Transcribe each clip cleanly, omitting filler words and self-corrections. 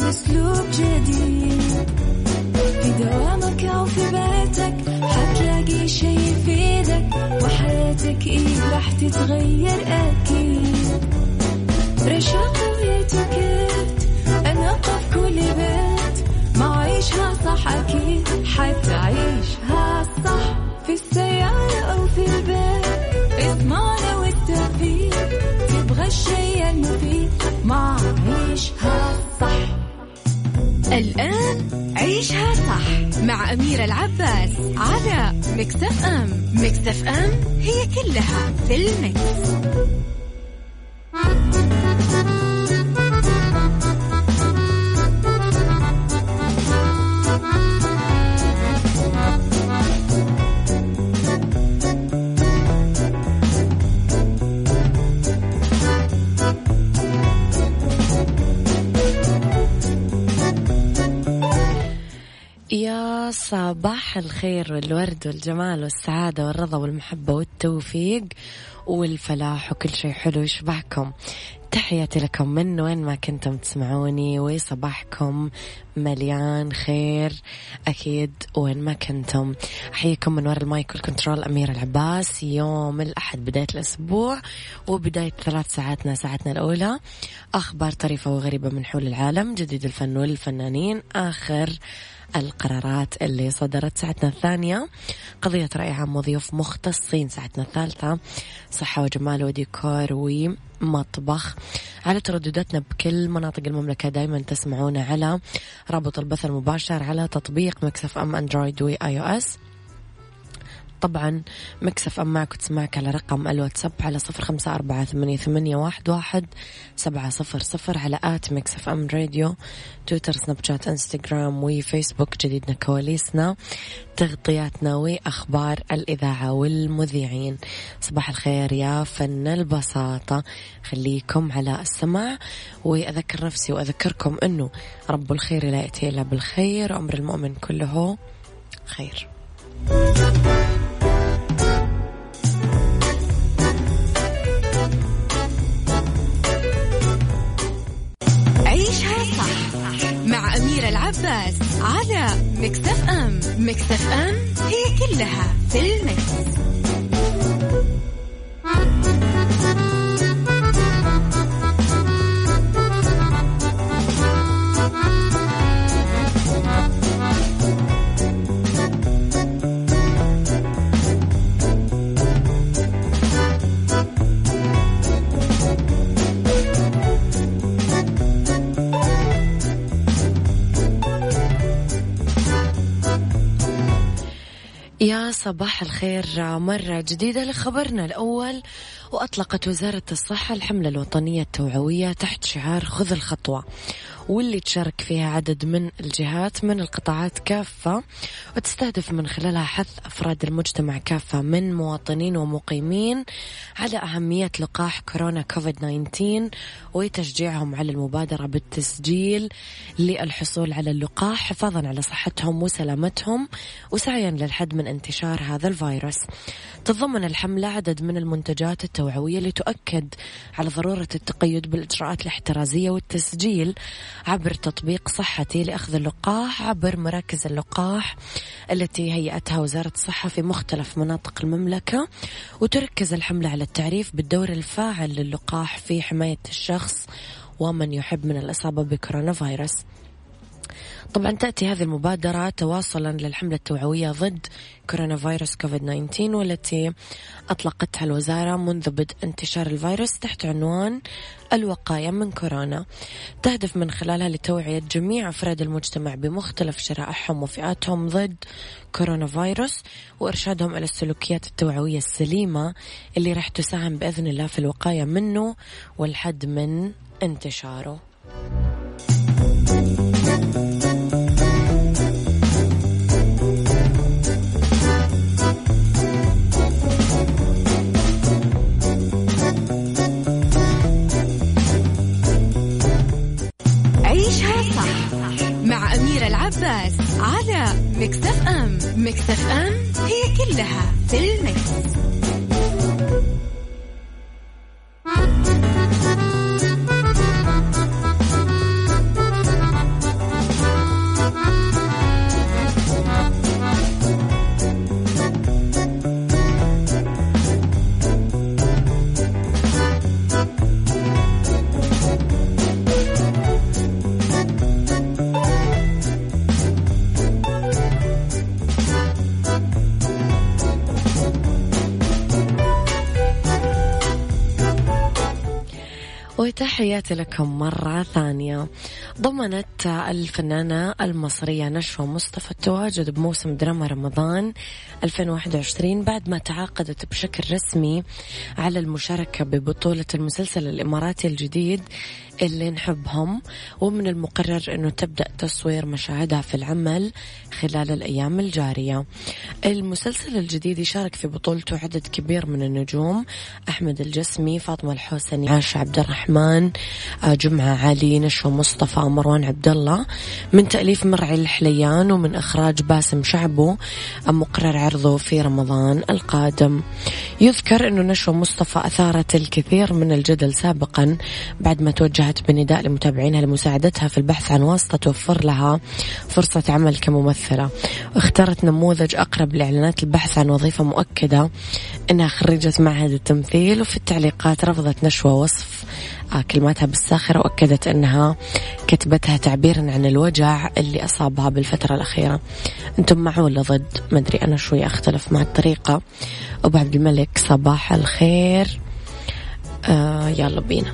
بأسلوب جديد. في دوامك أو في بيتك حتلاقي شي يفيدك، وحياتك إيه راح تتغير أكيد. رشاق ويتوكيت أنا قف كل بيت، ما عيشها صح أكيد حتعيشها صح. في السيارة أو في البيت اسمعنا والتوفيق، تبغى الشيء المفيد ما عيشها صح. الآن عيشها صح مع أميرة العباس على ميكس اف ام. ميكس اف ام هي كلها في الميكس. يا صباح الخير والورد والجمال والسعادة والرضا والمحبة والتوفيق والفلاح وكل شيء حلو يشبعكم. تحياتي لكم من وين ما كنتم تسمعوني، وصباحكم مليان خير أكيد وين ما كنتم. أحييكم من وراء المايك والكنترول أميرة العباس. يوم الأحد بداية الأسبوع وبداية 3 ساعاتنا، ساعتنا الأولى أخبار طريفة وغريبة من حول العالم، جديد الفن والفنانين، آخر القرارات اللي صدرت. ساعتنا الثانية قضية رأي عام وضيوف مختصين. ساعتنا الثالثة صحة وجمال وديكور ومطبخ. على تردداتنا بكل مناطق المملكة دايما تسمعونا على رابط البث المباشر على تطبيق ميكس اف ام اندرويد واي او اس. طبعا ميكس اف ام معك وتسمعك على رقم الواتساب على 0548811700 على آت ميكس اف ام راديو، تويتر، سناب شات، انستغرام وفيسبوك. جديدنا كواليسنا، تغطياتنا وأخبار الإذاعة والمذيعين. صباح الخير يا فن البساطة، خليكم على السماع. وأذكر نفسي وأذكركم أنه رب الخير لا يأتي إلا بالخير، أمر المؤمن كله خير. عيشها صح مع أميرة العباس على ميكس اف ام. ميكس اف ام هي كلها في الميكس. يا صباح الخير مرة جديدة لخبرنا الأول. وأطلقت وزارة الصحة الحملة الوطنية التوعوية تحت شعار خذ الخطوة، واللي تشارك فيها عدد من الجهات من القطاعات كافة، وتستهدف من خلالها حث أفراد المجتمع كافة من مواطنين ومقيمين على أهمية لقاح كورونا كوفيد 19 وتشجيعهم على المبادرة بالتسجيل للحصول على اللقاح حفاظا على صحتهم وسلامتهم وسعيا للحد من انتشار هذا الفيروس. تتضمن الحملة عدد من المنتجات التوعوية لتؤكد على ضرورة التقيد بالإجراءات الاحترازية والتسجيل عبر تطبيق صحتي لأخذ اللقاح عبر مراكز اللقاح التي هيئتها وزارة الصحة في مختلف مناطق المملكة. وتركز الحملة على التعريف بالدور الفاعل للقاح في حماية الشخص ومن يحب من الإصابة بكورونا فيروس. طبعا تأتي هذه المبادرة تواصلا للحملة التوعوية ضد كورونا فيروس كوفيد 19 والتي أطلقتها الوزارة منذ بدء انتشار الفيروس تحت عنوان الوقاية من كورونا. تهدف من خلالها لتوعية جميع أفراد المجتمع بمختلف شرائحهم وفئاتهم ضد كورونا فيروس، وإرشادهم إلى السلوكيات التوعوية السليمة اللي راح تساهم بإذن الله في الوقاية منه والحد من انتشاره. عيشها صح مع أميرة العباس على ميكس اف ام. ميكس اف ام هي كلها في الميكس. وتحياتي لكم مرة ثانية. ضمنت الفنانة المصرية نشوى مصطفى التواجد بموسم دراما رمضان 2021 بعد ما تعاقدت بشكل رسمي على المشاركة ببطولة المسلسل الإماراتي الجديد اللي نحبهم، ومن المقرر أنه تبدأ تصوير مشاهدها في العمل خلال الأيام الجارية. المسلسل الجديد يشارك في بطولته عدد كبير من النجوم: أحمد الجسمي، فاطمة الحوسني، عاشة عبد الرحمن، جمعة علي، نشوى مصطفى، مروان عبد الله، من تأليف مرعي الحليان ومن إخراج باسم شعبو، مقرر عرضه في رمضان القادم. يذكر أنه نشوى مصطفى أثارت الكثير من الجدل سابقا بعد ما توجهت بنداء لمتابعينها لمساعدتها في البحث عن واسطة توفر لها فرصة عمل كممثلة. اختارت نموذج أقرب لإعلانات البحث عن وظيفة مؤكدة أنها خريجة معهد التمثيل، وفي التعليقات رفضت نشوى وصف كلماتها بالساخرة وأكدت أنها كتبتها تعبيرا عن الوجع اللي أصابها بالفترة الأخيرة. أنتم مع ولا ضد؟ ما أدري، أنا شوي أختلف مع الطريقة. أبو عبد الملك صباح الخير. يلا بينا.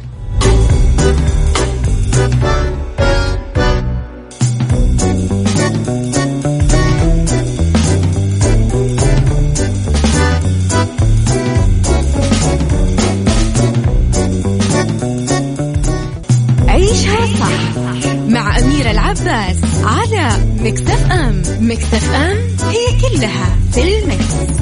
عيشها صح مع أميرة العباس على ميكس اف ام. ميكس اف ام هي كلها في الميكس.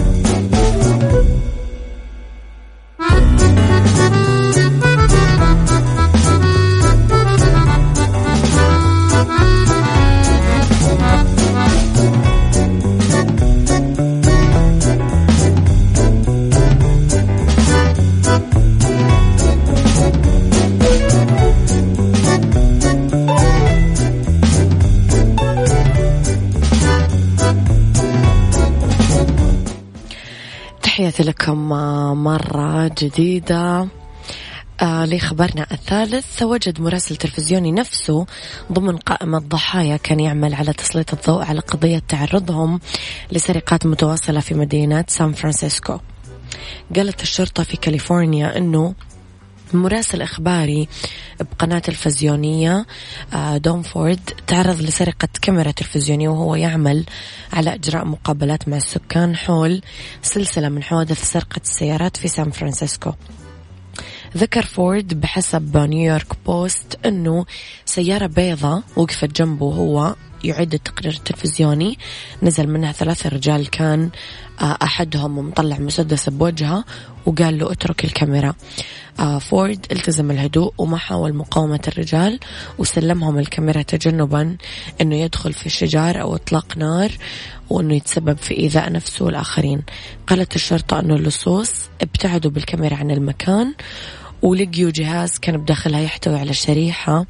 تحياتي لكم مرة جديدة. لخبرنا الثالث، وجد مراسل تلفزيوني نفسه ضمن قائمة ضحايا كان يعمل على تسليط الضوء على قضية تعرضهم لسرقات متواصلة في مدينة سان فرانسيسكو. قالت الشرطة في كاليفورنيا أنه مراسل إخباري بقناة تلفزيونية دون فورد تعرض لسرقة كاميرا تلفزيونية وهو يعمل على إجراء مقابلات مع السكان حول سلسلة من حوادث سرقة السيارات في سان فرانسيسكو. ذكر فورد بحسب نيويورك بوست أنه سيارة بيضاء وقفت جنبه وهو يعد التقرير التلفزيوني، نزل منها 3 رجال، كان أحدهم مطلع مسدس بوجهه وقال له اترك الكاميرا. فورد التزم الهدوء وما حاول مقاومة الرجال وسلمهم الكاميرا تجنبا أنه يدخل في شجار أو إطلاق نار وأنه يتسبب في إيذاء نفسه والآخرين. قالت الشرطة أنه اللصوص ابتعدوا بالكاميرا عن المكان ولقيوا جهاز كان بداخلها يحتوي على شريحة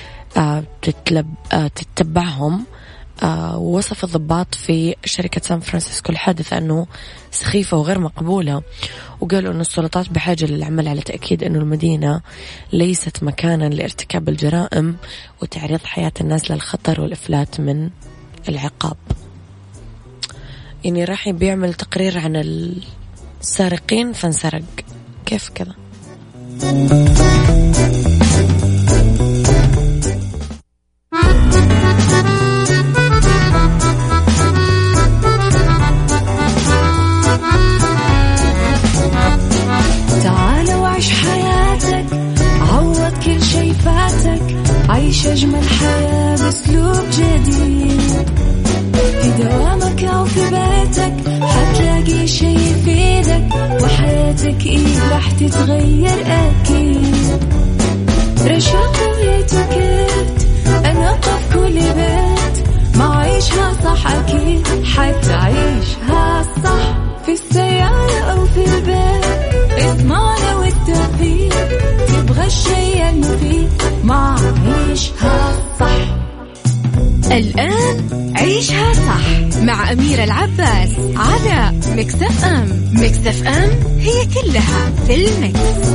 تتبعهم. ووصف الضباط في شركة سان فرانسيسكو الحادثة أنه سخيفة وغير مقبولة، وقالوا أن السلطات بحاجة للعمل على تأكيد أنه المدينة ليست مكانا لارتكاب الجرائم وتعريض حياة الناس للخطر والإفلات من العقاب. يعني راح بيعمل تقرير عن السارقين فانسرق، كيف كذا؟ عيش أجمل حياة بأسلوب جديد، في دوامك أو في بيتك حتلاقي شي يفيدك، وحياتك إيه راح تتغير أكيد. رشاق ويتوكيت أنا قف كل بيت، ما عيشها صح أكيد حتعيشها صح، في السيارة أو في البيت اسمعنا والتوفيق، تبغى الشي المفيد ما عيشها صح. الآن عيشها صح مع أميرة العباس على ميكس اف ام. ميكس اف ام هي كلها في الميكس.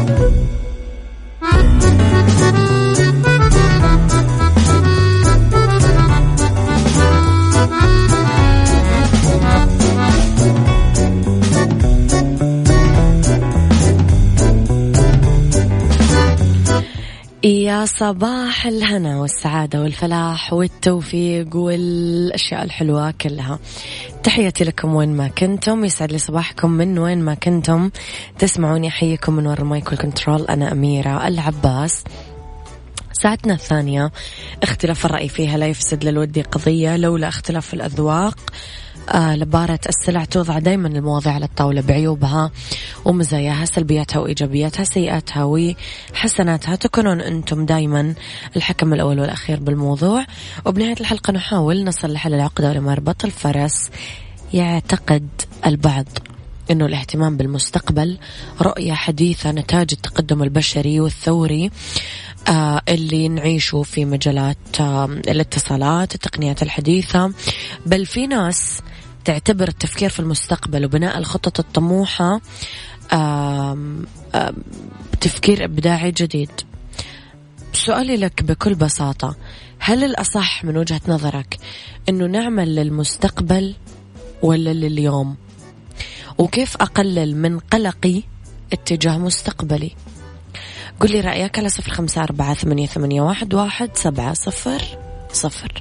يا صباح الهنا والسعادة والفلاح والتوفيق والأشياء الحلوة كلها. تحياتي لكم وين ما كنتم، يسعد لي صباحكم من وين ما كنتم تسمعوني. أحييكم من وراء المايك والكنترول، أنا أميرة العباس. ساعتنا الثانية اختلاف الرأي فيها لا يفسد للودي قضية، لولا اختلاف الأذواق لبارة السلع. توضع دايما المواضيع على الطاولة بعيوبها ومزاياها، سلبياتها وإيجابياتها، سيئاتها وحسناتها. تكونون أنتم دايما الحكم الأول والأخير بالموضوع. وبنهاية الحلقة نحاول نصل لحل العقدة ولمربط الفرس. يعتقد البعض أنه الاهتمام بالمستقبل رؤية حديثة نتاج التقدم البشري والثوري اللي نعيشه في مجالات الاتصالات، التقنيات الحديثة. بل في ناس تعتبر التفكير في المستقبل وبناء الخطط الطموحة تفكير إبداعي جديد. سؤالي لك بكل بساطة، هل الأصح من وجهة نظرك أنه نعمل للمستقبل ولا لليوم؟ وكيف أقلل من قلقي اتجاه مستقبلي؟ قل لي رأيك على 0548811700.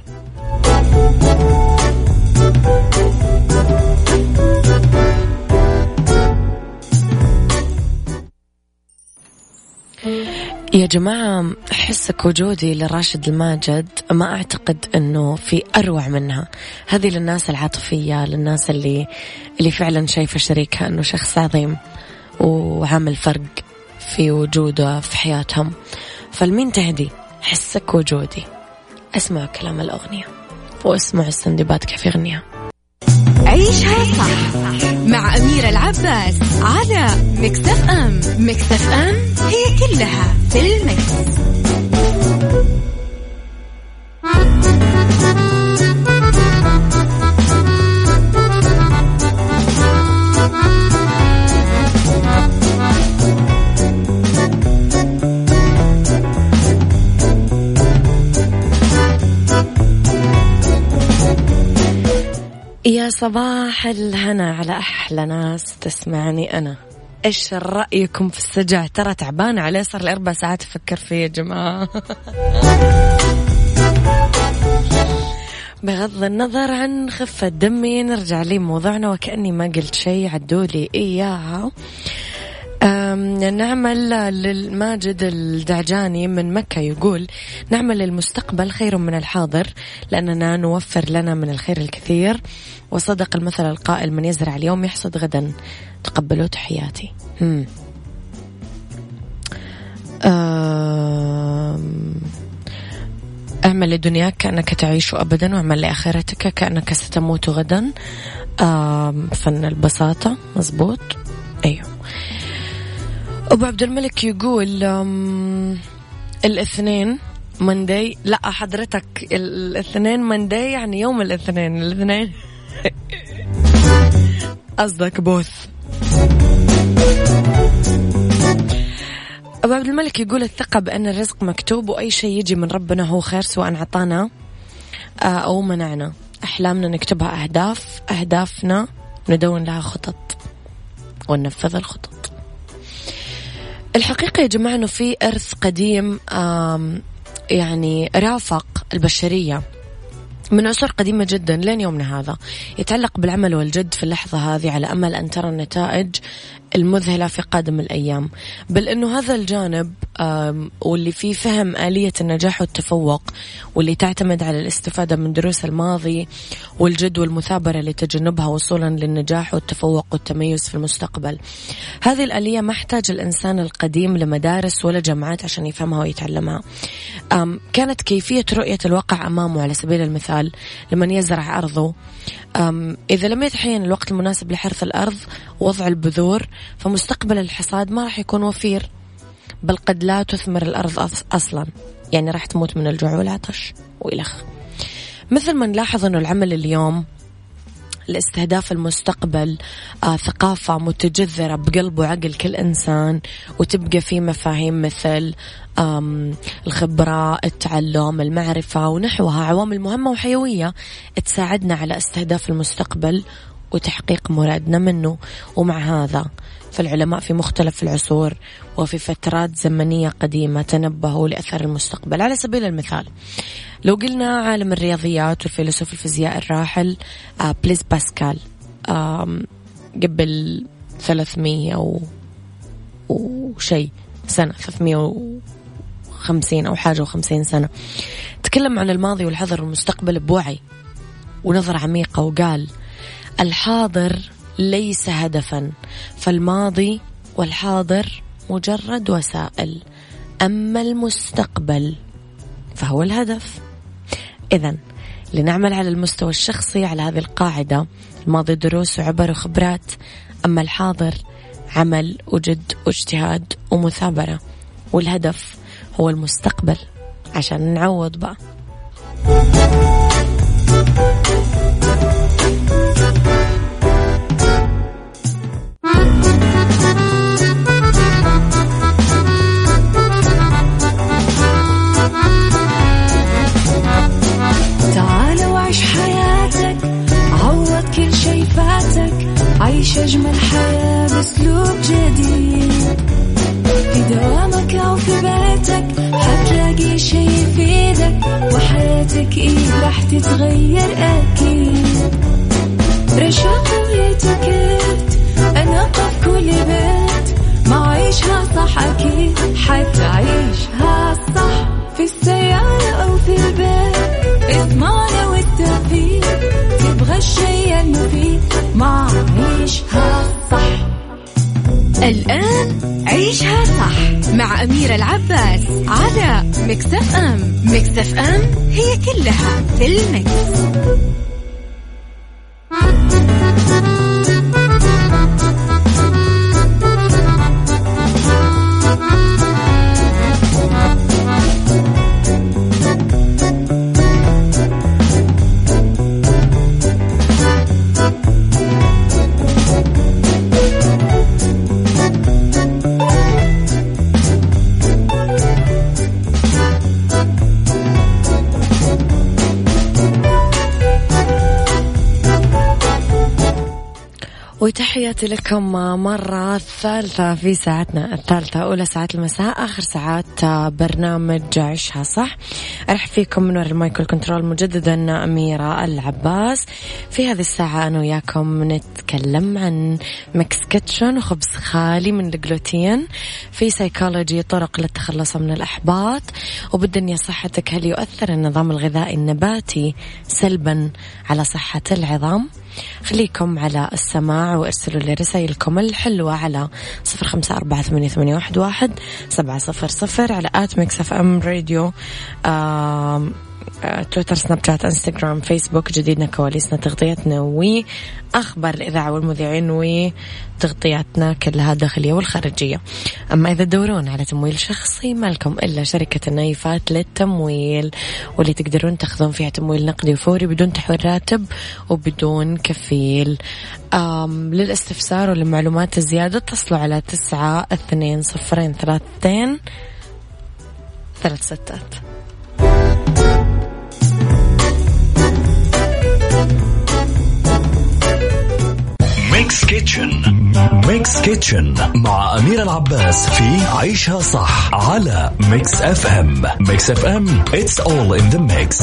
يا جماعة، حسك وجودي لراشد الماجد ما أعتقد أنه في أروع منها. هذه للناس العاطفية، للناس اللي فعلا شايفة شريكها أنه شخص عظيم وعامل فرق في وجوده في حياتهم. فالمين تهدي حسك وجودي. اسمعوا كلام الأغنية واسمعوا السندبات كيف يغنيها. عيشها صح مع أميرة العباس على ميكس اف ام. ميكس اف ام هي كلها في الميكس. يا صباح الهنا على أحلى ناس تسمعني أنا. إيش رأيكم في السجع؟ ترى تعبانة عليه، صار لي 4 ساعات أفكر فيه يا جماعة. بغض النظر عن خفة دمي نرجع لي موضوعنا وكأني ما قلت شيء، عدولي إياها. نعمل للماجد الدعجاني من مكة يقول: نعمل للمستقبل خير من الحاضر لأننا نوفر لنا من الخير الكثير، وصدق المثل القائل: من يزرع اليوم يحصد غدا. تقبلوا تحياتي. اعمل لدنياك كأنك تعيش أبدا، واعمل لآخرتك كأنك ستموت غدا. فن البساطة. مزبوط، أيوه. أبو عبد الملك يقول الاثنين مندي. لا حضرتك، الاثنين مندي يعني يوم الاثنين قصدك بوث. أبو عبد الملك يقول الثقة بأن الرزق مكتوب وأي شيء يجي من ربنا هو خير، سواء عطانا أو منعنا. أحلامنا نكتبها أهدافنا ندون لها خطط وننفذ الخطط. الحقيقة يا جماعة أنه في إرث قديم يعني رافق البشرية من عصور قديمة جدا لين يومنا هذا، يتعلق بالعمل والجد في اللحظة هذه على أمل أن ترى النتائج المذهلة في قادم الأيام. بل أنه هذا الجانب واللي فيه فهم آلية النجاح والتفوق، واللي تعتمد على الاستفادة من دروس الماضي والجد والمثابرة لتجنبها وصولا للنجاح والتفوق والتميز في المستقبل. هذه الآلية ما احتاج الإنسان القديم لمدارس ولا جامعات عشان يفهمها ويتعلمها. كانت كيفية رؤية الواقع أمامه. على سبيل المثال لمن يزرع أرضه، إذا لم يتحين الوقت المناسب لحرث الأرض ووضع البذور، فمستقبل الحصاد ما راح يكون وفير، بل قد لا تثمر الأرض أصلا، يعني راح تموت من الجوع والعطش وإلخ. مثل ما نلاحظ أنه العمل اليوم لاستهداف المستقبل ثقافة متجذرة بقلب وعقل كل إنسان، وتبقى في مفاهيم مثل الخبرة، التعلم، المعرفة ونحوها، عوامل مهمة وحيوية تساعدنا على استهداف المستقبل وتحقيق مرادنا منه. ومع هذا فالعلماء في مختلف العصور وفي فترات زمنية قديمة تنبهوا لأثر المستقبل. على سبيل المثال لو قلنا عالم الرياضيات والفيلسوف الفيزياء الراحل بليز باسكال قبل 300 وشيء سنة، 350 أو حاجة و50 سنة، تكلم عن الماضي والحاضر والمستقبل بوعي ونظرة عميقة، وقال الحاضر ليس هدفا، فالماضي والحاضر مجرد وسائل، أما المستقبل فهو الهدف. إذن لنعمل على المستوى الشخصي على هذه القاعدة: الماضي دروس وعبر وخبرات، أما الحاضر عمل وجد واجتهاد ومثابرة، والهدف هو المستقبل عشان نعوض بقى. تعال وعيش حياتك، عوض كل شي فاتك، عيش أجمل حياة بأسلوب جديد. في دوامك أو في بيتك حتلاقي شي يفيدك، وحياتك إيه راح تتغير أكيد. رشاق ويتكت أنا قف كل بيت، ما عيشها صح أكيد حتعيشها صح. في السيارة أو في البيت اسمعنا والتوفيق، تبغى الشيء المفيد ما عيشها صح. الآن عيشها صح مع أميرة العباس على ميكس اف ام. ميكس اف ام هي كلها في الميكس. وتحياتي لكم مرة ثالثة في ساعتنا الثالثة، أولى ساعات المساء، آخر ساعات برنامج عيشها صح. أرحب فيكم من وراء المايكل كنترول مجددا أميرة العباس. في هذه الساعة أنا وياكم نتكلم عن ميكس كيتشن وخبز خالي من الجلوتين، في سيكولوجي طرق للتخلص من الأحباط، وبالدنيا صحتك هل يؤثر النظام الغذائي النباتي سلبا على صحة العظام؟ خليكم على السماع وارسلوا لي رسائلكم الحلوة على 0548811700 على @mixfmradio، تويتر، سناب شات، انستغرام، فيسبوك. جديدنا، كواليسنا، تغطيتنا وأخبار الإذاعة والمذيعين وتغطياتنا كلها داخلية والخارجية. أما إذا تدورون على تمويل شخصي ما لكم إلا شركة النايفات للتمويل، واللي تقدرون تاخذون فيها تمويل نقدي وفوري بدون تحويل راتب وبدون كفيل. للاستفسار وللمعلومات الزيادة اتصلوا على 923236. ميكس كيتشن مع أميرة العباس في عيشها صح على ميكس اف ام. ميكس اف ام it's all in the mix.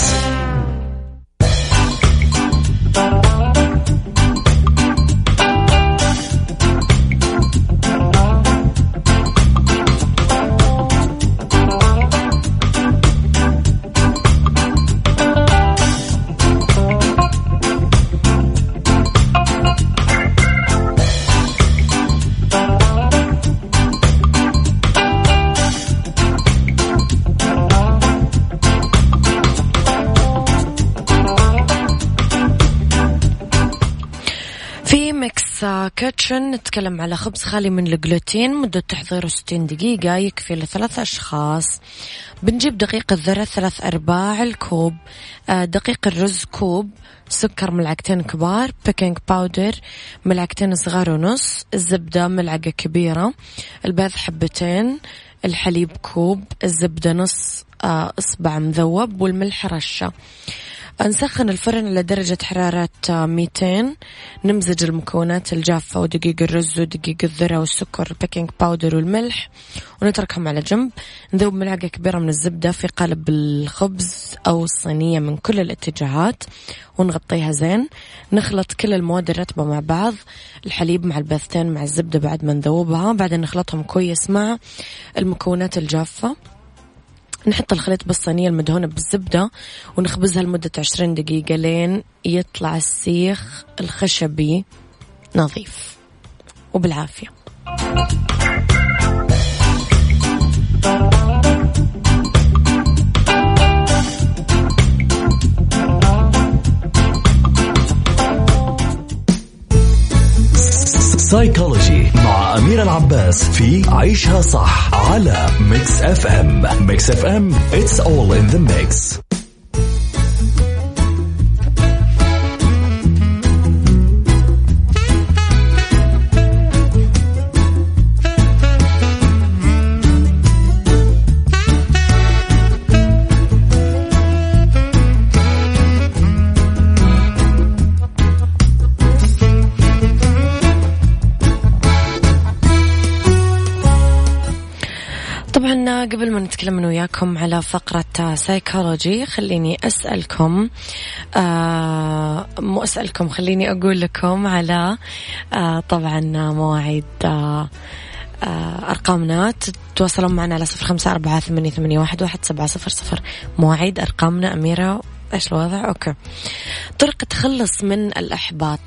كيتشن نتكلم على خبز خالي من الجلوتين، مدة تحضيره 60 دقيقة، يكفي ل3 أشخاص. بنجيب دقيق الذرة 3/4 الكوب، دقيق الرز كوب، سكر ملعقتين كبار، بيكنج باودر ملعقتين صغار ونص، الزبدة ملعقة كبيرة، البيض حبتين، الحليب كوب، الزبدة نص إصبع مذوب، والملح رشة. نسخن الفرن على درجة حرارة 200. نمزج المكونات الجافة ودقيق الرز ودقيق الذرة والسكر البيكنج باودر والملح ونتركهم على جنب. نذوب ملعقة كبيرة من الزبدة في قالب الخبز أو الصينية من كل الاتجاهات ونغطيها زين. نخلط كل المواد الرطبة مع بعض، الحليب مع البيضتين مع الزبدة بعد ما نذوبها، بعدين نخلطهم كويس مع المكونات الجافة. نحط الخليط بالصينية المدهونة بالزبدة ونخبزها لمدة 20 دقيقة لين يطلع السيخ الخشبي نظيف. وبالعافية. سايكولوجي مع أميرة العباس في عيشها صح على ميكس اف ام. ميكس اف ام it's all in the mix. طبعا قبل ما نتكلم أنا وياكم على فقرة سايكولوجي خليني أسألكم مو أسألكم خليني أقول لكم على طبعا مواعيد أرقامنا تتواصلون معنا على 0548811700. مواعيد أرقامنا أميرة إيش الوضع؟ أوكي. طرق تخلص من الإحباط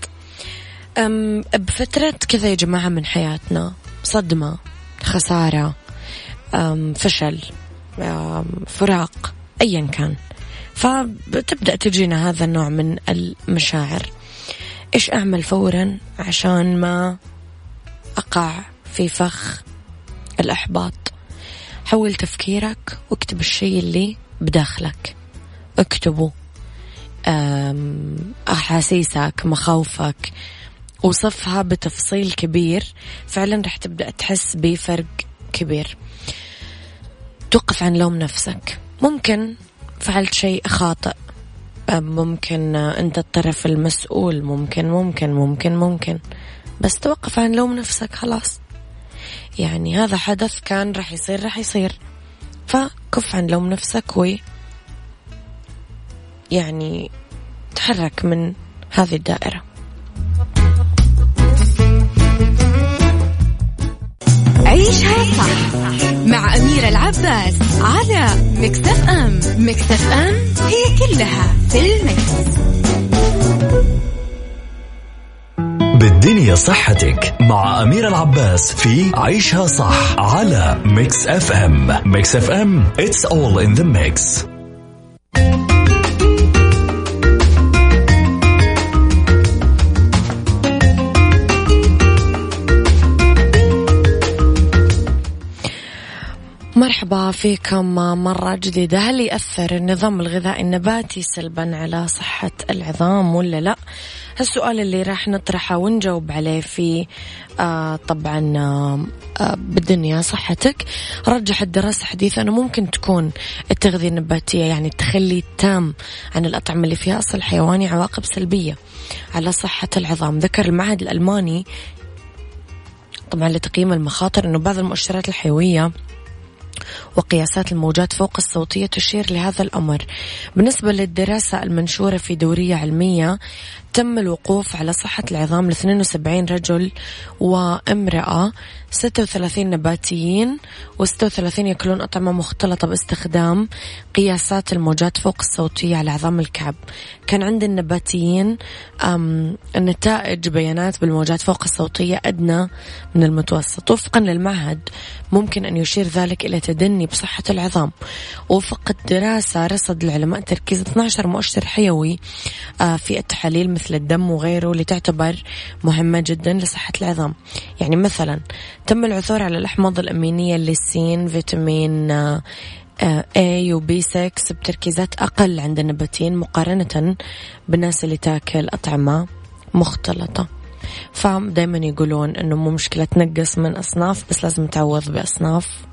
بفترة كذا يا جماعة من حياتنا، صدمة، خسارة، فشل، فراق، أيا كان، فبتبدأ تجينا هذا النوع من المشاعر. إيش أعمل فورا عشان ما أقع في فخ الإحباط؟ حول تفكيرك واكتب الشيء اللي بداخلك، اكتبه، أحاسيسك، مخاوفك، وصفها بتفصيل كبير. فعلا رح تبدأ تحس بفرق كبير. توقف عن لوم نفسك. ممكن فعلت شيء خاطئ، ممكن أنت الطرف المسؤول، ممكن بس توقف عن لوم نفسك. خلاص يعني هذا حدث كان رح يصير فكف عن لوم نفسك يعني تحرك من هذه الدائرة. عيشها صح مع أميرة العباس على ميكس اف ام. ميكس اف ام هي كلها في الميكس. بالدنيا صحتك مع أميرة العباس في عيشها صح على ميكس اف ام. ميكس اف ام it's all in the mix. مرحبا فيكم مرة جديدة. هل يأثر النظام الغذائي النباتي سلبا على صحة العظام ولا لا؟ هالسؤال اللي راح نطرحه ونجاوب عليه في طبعا بالدنيا صحتك. رجحت دراسة حديثة أنه ممكن تكون التغذية النباتية يعني التخلي التام عن الأطعمة اللي فيها أصل حيواني عواقب سلبية على صحة العظام. ذكر المعهد الألماني طبعا لتقييم المخاطر أنه بعض المؤشرات الحيوية وقياسات الموجات فوق الصوتية تشير لهذا الأمر. بالنسبة للدراسة المنشورة في دورية علمية تم الوقوف على صحة العظام ل 72 رجل وامرأة، 36 نباتيين و36 يأكلون أطعمة مختلطة باستخدام قياسات الموجات فوق الصوتية على عظام الكعب. كان عند النباتيين النتائج بيانات بالموجات فوق الصوتية أدنى من المتوسط. وفقا للمعهد ممكن أن يشير ذلك إلى تدني بصحة العظام. وفق الدراسة رصد العلماء تركيز 12 مؤشر حيوي في التحاليل مثل الدم وغيره اللي تعتبر مهمة جدا لصحة العظام. يعني مثلا تم العثور على الأحماض الأمينية للسين، فيتامين A و B6 بتركيزات أقل عند النباتيين مقارنة بالناس اللي تاكل أطعمة مختلطة. فدايما يقولون أنه مو مشكلة تنقص من أصناف بس لازم تعوض بأصناف